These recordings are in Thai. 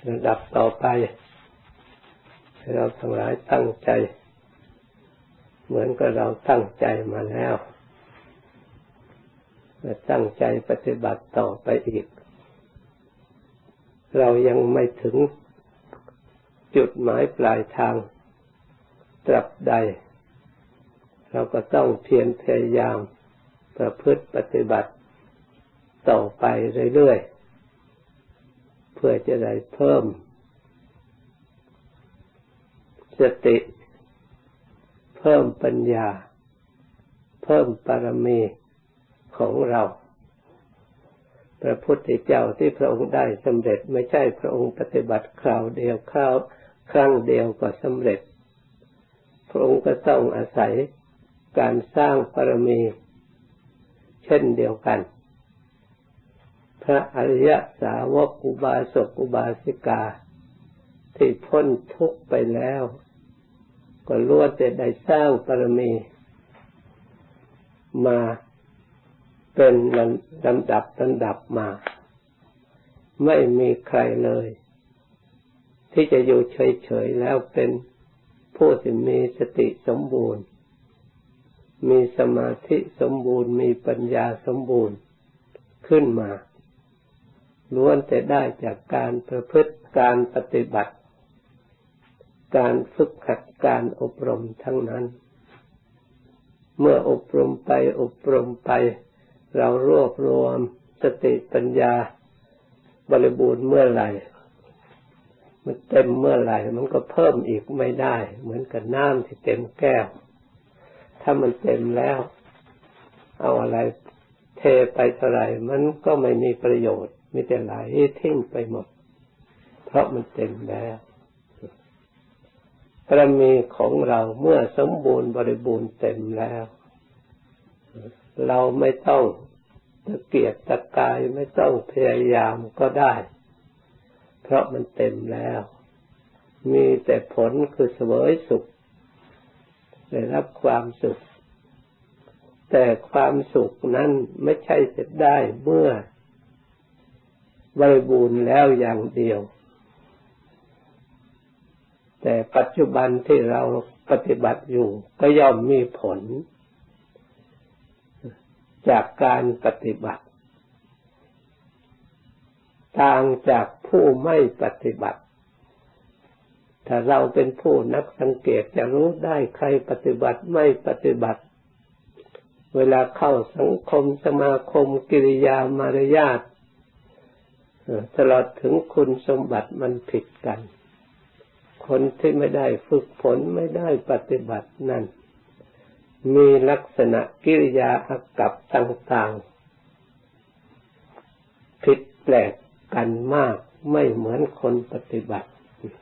ระดับต่อไปเราทั้งหลายตั้งใจเหมือนกับเราตั้งใจมาแล้วตั้งใจปฏิบัติต่อไปอีกเรายังไม่ถึงจุดหมายปลายทางตราบใดเราก็ต้องเพียรพยายามประพฤติปฏิบัติต่อไปเรื่อยๆเพื่อจะได้เพิ่มสติเพิ่มปัญญาเพิ่มบารมีของเราพระพุทธเจ้าที่พระองค์ได้สำเร็จไม่ใช่พระองค์ปฏิบัติคราวเดียวครั้งเดียวก็สำเร็จพระองค์ก็ต้องอาศัยการสร้างบารมีเช่นเดียวกันพระอริยสาวกอุบาสกอุบาสิกาที่พ้นทุกข์ไปแล้วก็ล้วนแต่ได้สร้างบารมีมาเป็นลำดับมาไม่มีใครเลยที่จะอยู่เฉยๆแล้วเป็นผู้ที่มีสติสมบูรณ์มีสมาธิสมบูรณ์มีปัญญาสมบูรณ์ขึ้นมาล้วนแต่ได้จากการประพฤติการปฏิบัติการฝึกหัดการอบรมทั้งนั้นเมื่ออบรมไปเรารวบรวมสติปัญญาบริบูรณ์เมื่อไหร่มันเต็มเมื่อไหร่มันก็เพิ่มอีกไม่ได้เหมือนกับน้ำที่เต็มแก้วถ้ามันเต็มแล้วเอาอะไรเทไปเท่าไหร่มันก็ไม่มีประโยชน์มีแต่ไหลทิ้งไปหมดเพราะมันเต็มแล้วบารมีของเราเมื่อสมบูรณ์บริบูรณ์เต็มแล้วเราไม่ต้องตะเกียกตะกายไม่ต้องพยายามก็ได้เพราะมันเต็มแล้วมีแต่ผลคือเสวยสุขได้รับความสุขแต่ความสุขนั้นไม่ใช่จะได้เมื่อบริบูรณ์แล้วอย่างเดียวแต่ปัจจุบันที่เราปฏิบัติอยู่ก็ย่อมมีผลจากการปฏิบัติต่างจากผู้ไม่ปฏิบัติถ้าเราเป็นผู้นักสังเกตจะรู้ได้ใครปฏิบัติไม่ปฏิบัติเวลาเข้าสังคมสมาคมกิริยามารยาทตลอดถึงคุณสมบัติมันผิดกันคนที่ไม่ได้ฝึกฝนไม่ได้ปฏิบัตินั้นมีลักษณะกิริยาอากัปต่างๆผิดแปลกกันมากไม่เหมือนคนปฏิบัติ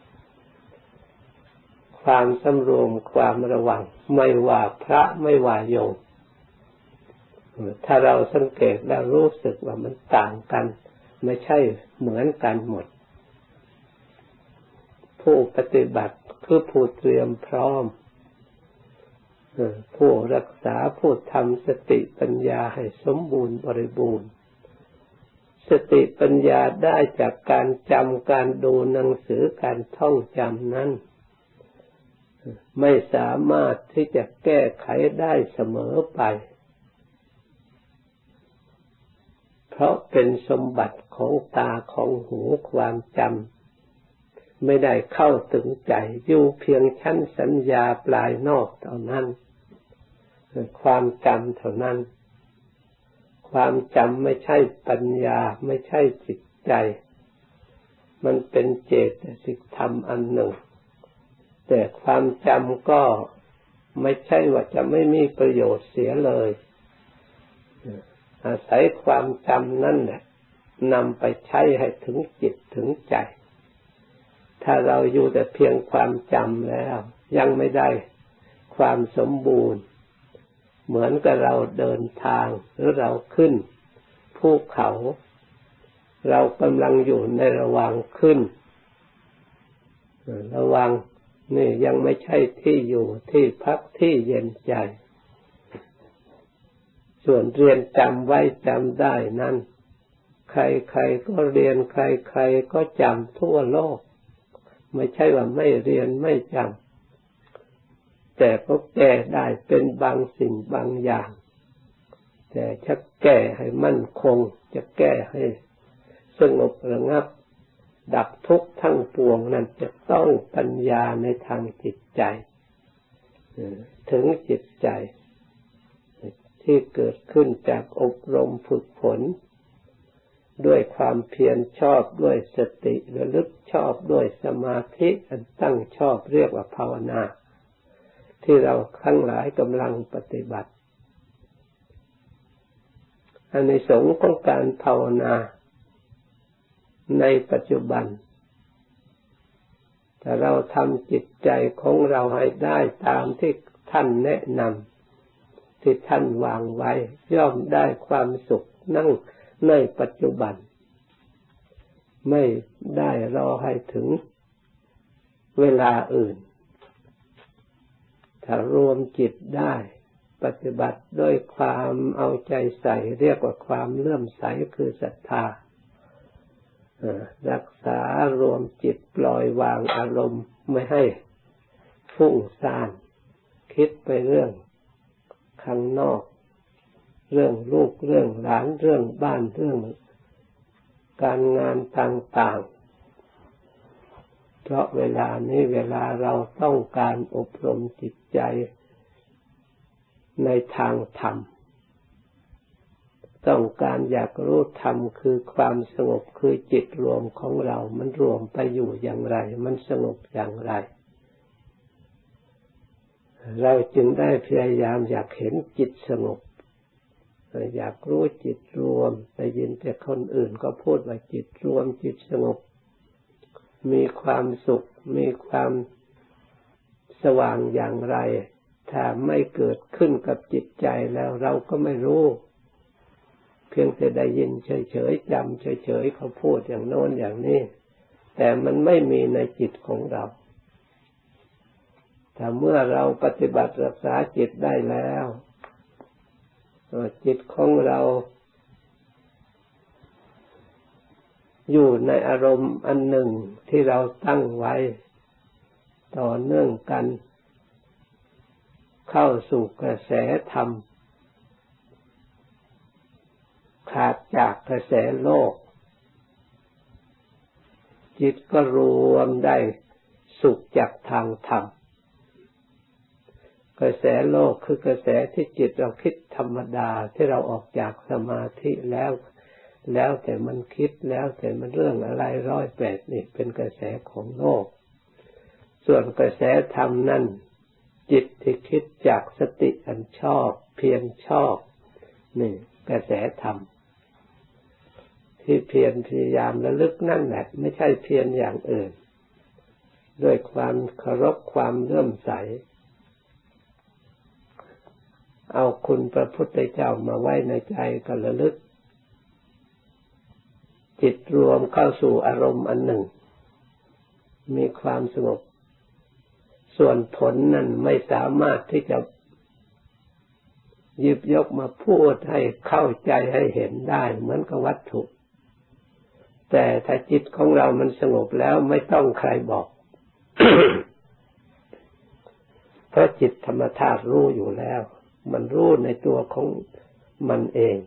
ความสำรวมความระวังไม่ว่าพระไม่ว่าโยมถ้าเราสังเกตแล้วรู้สึกว่ามันต่างกันไม่ใช่เหมือนกันหมดผู้ปฏิบัติคือผู้เตรียมพร้อมผู้รักษาผู้ทำสติปัญญาให้สมบูรณ์บริบูรณ์สติปัญญาได้จากการจำการดูหนังสือการท่องจำนั้นไม่สามารถที่จะแก้ไขได้เสมอไปเพราะเป็นสมบัติของตาของหูความจำไม่ได้เข้าถึงใจอยู่เพียงชั้นสัญญาปลายนอกเท่านั้นความจำเท่านั้นความจำไม่ใช่ปัญญาไม่ใช่จิตใจมันเป็นเจตสิกธรรมอันหนึ่งแต่ความจำก็ไม่ใช่ว่าจะไม่มีประโยชน์เสียเลยอาศัยความจำนั่นแหละนำไปใช้ให้ถึงจิตถึงใจถ้าเราอยู่แต่เพียงความจำแล้วยังไม่ได้ความสมบูรณ์เหมือนกับเราเดินทางหรือเราขึ้นภูเขาเรากำลังอยู่ในระหว่างขึ้นระหว่างนี่ยังไม่ใช่ที่อยู่ที่พักที่เย็นใจส่วนเรียนจำไว้จำได้นั้นใครๆก็เรียนใครๆก็จำทั่วโลกไม่ใช่ว่าไม่เรียนไม่จำแต่ก็แก้ได้เป็นบางสิ่งบางอย่างแต่จะแก้ให้มั่นคงจะแก้ให้สงบระงับดับทุกข์ทั้งปวงนั้นจะต้องปัญญาในทางจิตใจถึงจิตใจที่เกิดขึ้นจากอบรมฝึกฝนด้วยความเพียรชอบด้วยสติระลึกชอบด้วยสมาธิอันตั้งชอบเรียกว่าภาวนาที่เราทั้งหลายกำลังปฏิบัติอานิสงส์ของการภาวนาในปัจจุบันถ้าเราทำจิตใจของเราให้ได้ตามที่ท่านแนะนำที่ท่านวางไว้ย่อมได้ความสุขนั่งในปัจจุบันไม่ได้รอให้ถึงเวลาอื่นถ้ารวมจิตได้ปฏิบัติด้วยความเอาใจใส่เรียกว่าความเลื่อมใสคือศรัทธารักษารวมจิตปล่อยวางอารมณ์ไม่ให้ฟุ้งซ่านคิดไปเรื่องข้างนอกเรื่องลูกเรื่องหลานเรื่องบ้านเรื่องการงานต่างๆเพราะเวลานี้เวลาเราต้องการอบรมจิตใจในทางธรรมต้องการอยากรู้ธรรมคือความสงบคือจิตรวมของเรามันรวมไปอยู่อย่างไรมันสงบอย่างไรเราจึงได้พยายามอยากเห็นจิตสงบอยากรู้จิตรวมได้ยินแต่คนอื่นก็พูดว่าจิตรวมจิตสงบมีความสุขมีความสว่างอย่างไรถ้าไม่เกิดขึ้นกับจิตใจแล้วเราก็ไม่รู้เพียงแต่ได้ยินเฉยๆจำเฉยๆเขาพูดอย่างโน้นอย่างนี้แต่มันไม่มีในจิตของเราถ้าเมื่อเราปฏิบัติรักษาจิตได้แล้วจิตของเราอยู่ในอารมณ์อันหนึ่งที่เราตั้งไว้ต่อเนื่องกันเข้าสู่กระแสธรรมขาดจากกระแสโลกจิตก็รวมได้สุขจากทางธรรมกระแสโลกคือกระแสที่จิตเราคิดธรรมดาที่เราออกจากสมาธิแล้วแต่มันคิดแล้วแต่มันเรื่องอะไร108นี่เป็นกระแสของโลกส่วนกระแสธรรมนั่นจิตที่คิดจากสติอันชอบเพียรชอบนี่กระแสธรรมที่เพียรพยายามระลึกนั่นแหละไม่ใช่เพียรอย่างอื่นด้วยความเคารพความเลื่อมใสเอาคุณพระพุทธเจ้ามาไว้ในใจก็ระลึกจิตรวมเข้าสู่อารมณ์อันหนึ่งมีความสงบส่วนผลนั้นไม่สามารถที่จะหยิบยกมาพูดให้เข้าใจให้เห็นได้เหมือนกับวัตถุแต่ถ้าจิตของเรามันสงบแล้วไม่ต้องใครบอก เพราะจิตธรรมธาตุรู้อยู่แล้วมันรู้ในตัวของมันเอง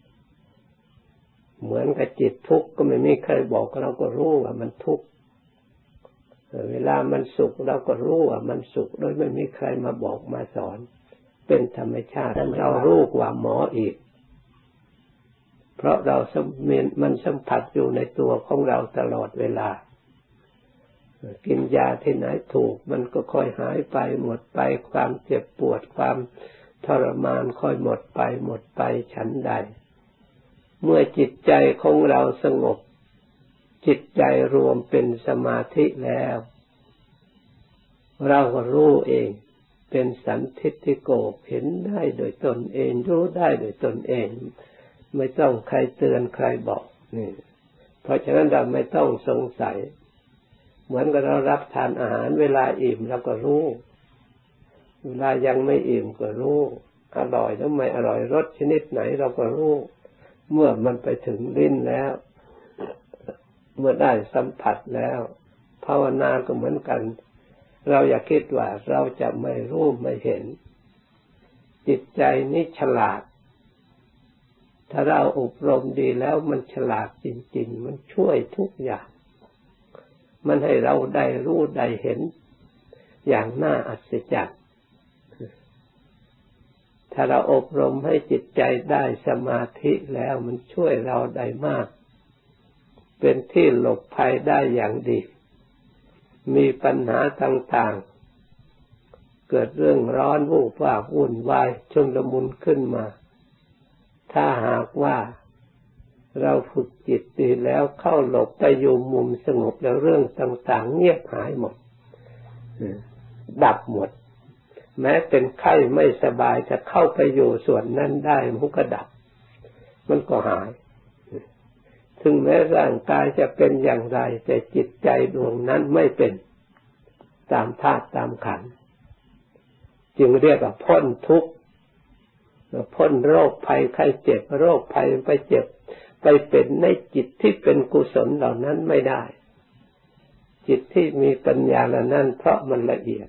เหมือนกับจิตทุกข์ก็ไม่มีใครบอกเราก็รู้ว่ามันทุกข์เวลามันสุขเราก็รู้ว่ามันสุขโดยไม่มีใครมาบอกมาสอนเป็นธรรมชาติเรารู้กว่าหมออีกเพราะเรามันสัมผัสอยู่ในตัวของเราตลอดเวลากินยาที่ไหนถูกมันก็ค่อยหายไปหมดไปความเจ็บปวดความทรมานค่อยหมดไปฉันใดเมื่อจิตใจของเราสงบจิตใจรวมเป็นสมาธิแล้วเราก็รู้เองเป็นสันทิฏฐิโกเห็นได้โดยตนเองรู้ได้โดยตนเองไม่ต้องใครเตือนใครบอกนี่เพราะฉะนั้นเราไม่ต้องสงสัยเหมือนกับเรารับทานอาหารเวลาอิ่มเราก็รู้เวลายังไม่อิ่มก็รู้อร่อยหรือไม่อร่อยรสชนิดไหนเราก็รู้เมื่อมันไปถึงลิ้นแล้วเมื่อได้สัมผัสแล้วภาวนาก็เหมือนกันเราอย่าคิดว่าเราจะไม่รู้ไม่เห็นจิตใจนี้ฉลาดถ้าเราอบรมดีแล้วมันฉลาดจริงๆมันช่วยทุกอย่างมันให้เราได้รู้ได้เห็นอย่างน่าอัศจรรย์ถ้าเราอบรมให้จิตใจได้สมาธิแล้วมันช่วยเราได้มากเป็นที่หลบภัยได้อย่างดีมีปัญหาต่างๆเกิดเรื่องร้อนวูบวาบวุ่นวายชุลมุนขึ้นมาถ้าหากว่าเราฝึกจิตดีแล้วเข้าหลบไปอยู่มุมสงบแล้วเรื่องต่างๆเงียบหายหมดดับหมดแม้เป็นไข้ไม่สบายจะเข้าไปอยู่ส่วนนั้นได้มันก็ดับมันก็หายถึงแม้ร่างกายจะเป็นอย่างไรแต่จิตใจดวงนั้นไม่เป็นตามธาตุตามขันธ์จึงเรียกว่าพ้นทุกข์พ้นโรคภัยไข้เจ็บโรคภัยไปเจ็บไปเป็นในจิตที่เป็นกุศลเหล่านั้นไม่ได้จิตที่มีปัญญาเหล่านั้นเพราะมันละเอียด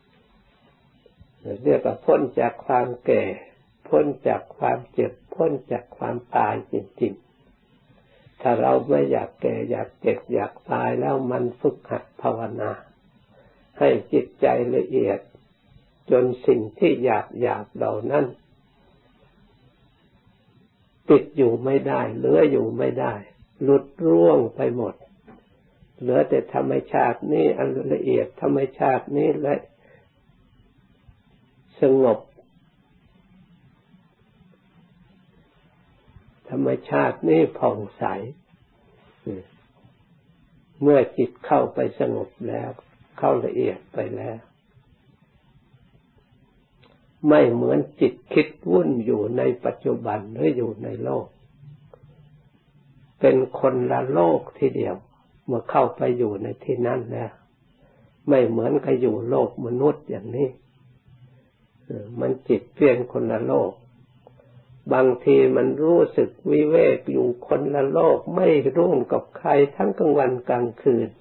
เรียกว่าพ้นจากความแก่พ้นจากความเจ็บพ้นจากความตายจริงๆถ้าเราไม่อยากแก่อยากเจ็บอยากตายแล้วมันฝึกหัดภาวนาให้จิตใจละเอียดจนสิ่งที่อยากเหล่านั้นติดอยู่ไม่ได้เหลืออยู่ไม่ได้หลุดร่วงไปหมดเหลือแต่ธรรมชาตินี้อันละเอียดธรรมชาตินี้และสงบธรรมชาตินี้ผ่องใสเมื่อจิตเข้าไปสงบแล้วเข้าละเอียดไปแล้วไม่เหมือนจิตคิดวุ่นอยู่ในปัจจุบันหรืออยู่ในโลกเป็นคนละโลกทีเดียวเมื่อเข้าไปอยู่ในที่นั้นแล้วไม่เหมือนกับอยู่โลกมนุษย์อย่างนี้มันจิตเปลี่ยนคนละโลกบางทีมันรู้สึกวิเวกอยู่คนละโลกไม่ร่วมกับใครทั้งกลางวันกลางคืน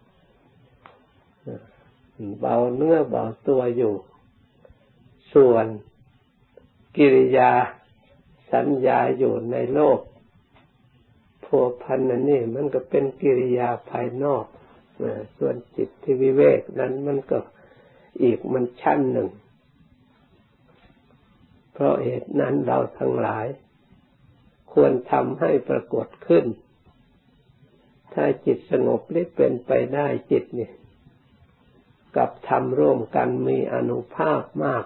เบาเนื้อเบาตัวอยู่ส่วนกิริยาสัญญาอยู่ในโลกพัวพันนั่นนี่มันก็เป็นกิริยาภายนอกส่วนจิตที่วิเวกนั้นมันก็อีกมันชั้นหนึ่งเพราะเหตุนั้นเราทั้งหลายควรทำให้ปรากฏขึ้นถ้าจิตสงบหรือเป็นไปได้จิตนี่กับธรรมร่วมกันมีอานุภาพมาก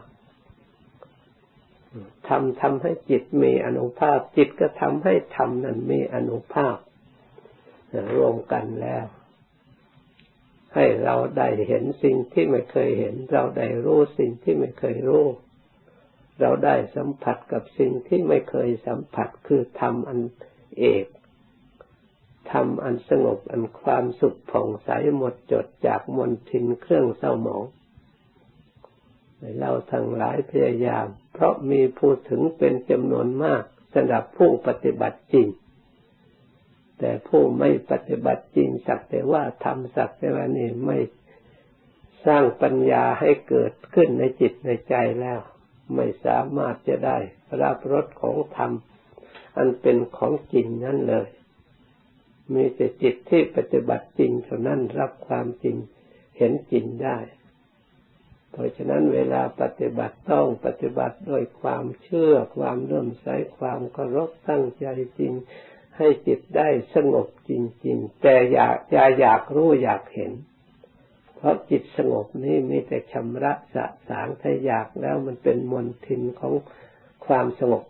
ทำให้จิตมีอานุภาพจิตก็ทำให้ธรรมนั้นมีอานุภาพรวมกันแล้วให้เราได้เห็นสิ่งที่ไม่เคยเห็นเราได้รู้สิ่งที่ไม่เคยรู้เราได้สัมผัสกับสิ่งที่ไม่เคยสัมผัสคือธรรมอันเอกธรรมอันสงบอันความสุขผ่องใสหมดจดจากมลทินเครื่องเศร้าหมองเราทั้งหลายพยายามเพราะมีผู้ถึงเป็นจำนวนมากสำหรับผู้ปฏิบัติจริงแต่ผู้ไม่ปฏิบัติจริงสักแต่ว่าทำสักแต่ว่านี่ไม่สร้างปัญญาให้เกิดขึ้นในจิตในใจแล้วไม่สามารถจะได้รับรสของธรรมอันเป็นของจริงนั้นเลยมีแต่จิตที่ปฏิบัติจริงเท่านั้นรับความจริงเห็นจริงได้เพราะฉะนั้นเวลาปฏิบัติต้องปฏิบัติด้วยความเชื่อความเลื่อมใสความเคารพตั้งใจจริงให้จิตได้สงบจริงๆแต่อยากรู้อยากเห็นเพราะจิตสงบนี้มีแต่ชำระสะสางถ้าอยากแล้วมันเป็นมลทินของความสงบ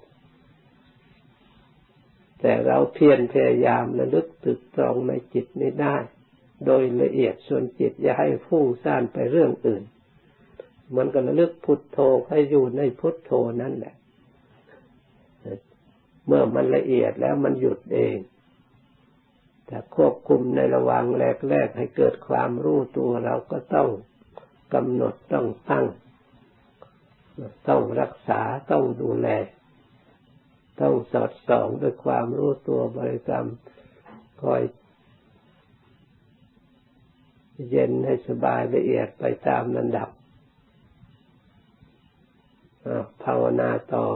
แต่เราเพียรพยายามระลึกตรึกตรองในจิตนี้ได้โดยละเอียดส่วนจิตอย่าให้ฟุ้งซ่านไปเรื่องอื่นมันก็ระลึกพุทโธให้อยู่ในพุทโธนั่นแหละเมื่อมันละเอียดแล้วมันหยุดเองแต่ควบคุมในระหว่างแรกๆให้เกิดความรู้ตัวเราก็ต้องกำหนดต้องตั้งต้องรักษาต้องดูแลต้องสอดส่องด้วยความรู้ตัวบริกรรมคอยเย็นให้สบายละเอียดไปตามลำดับภาวนาต่อ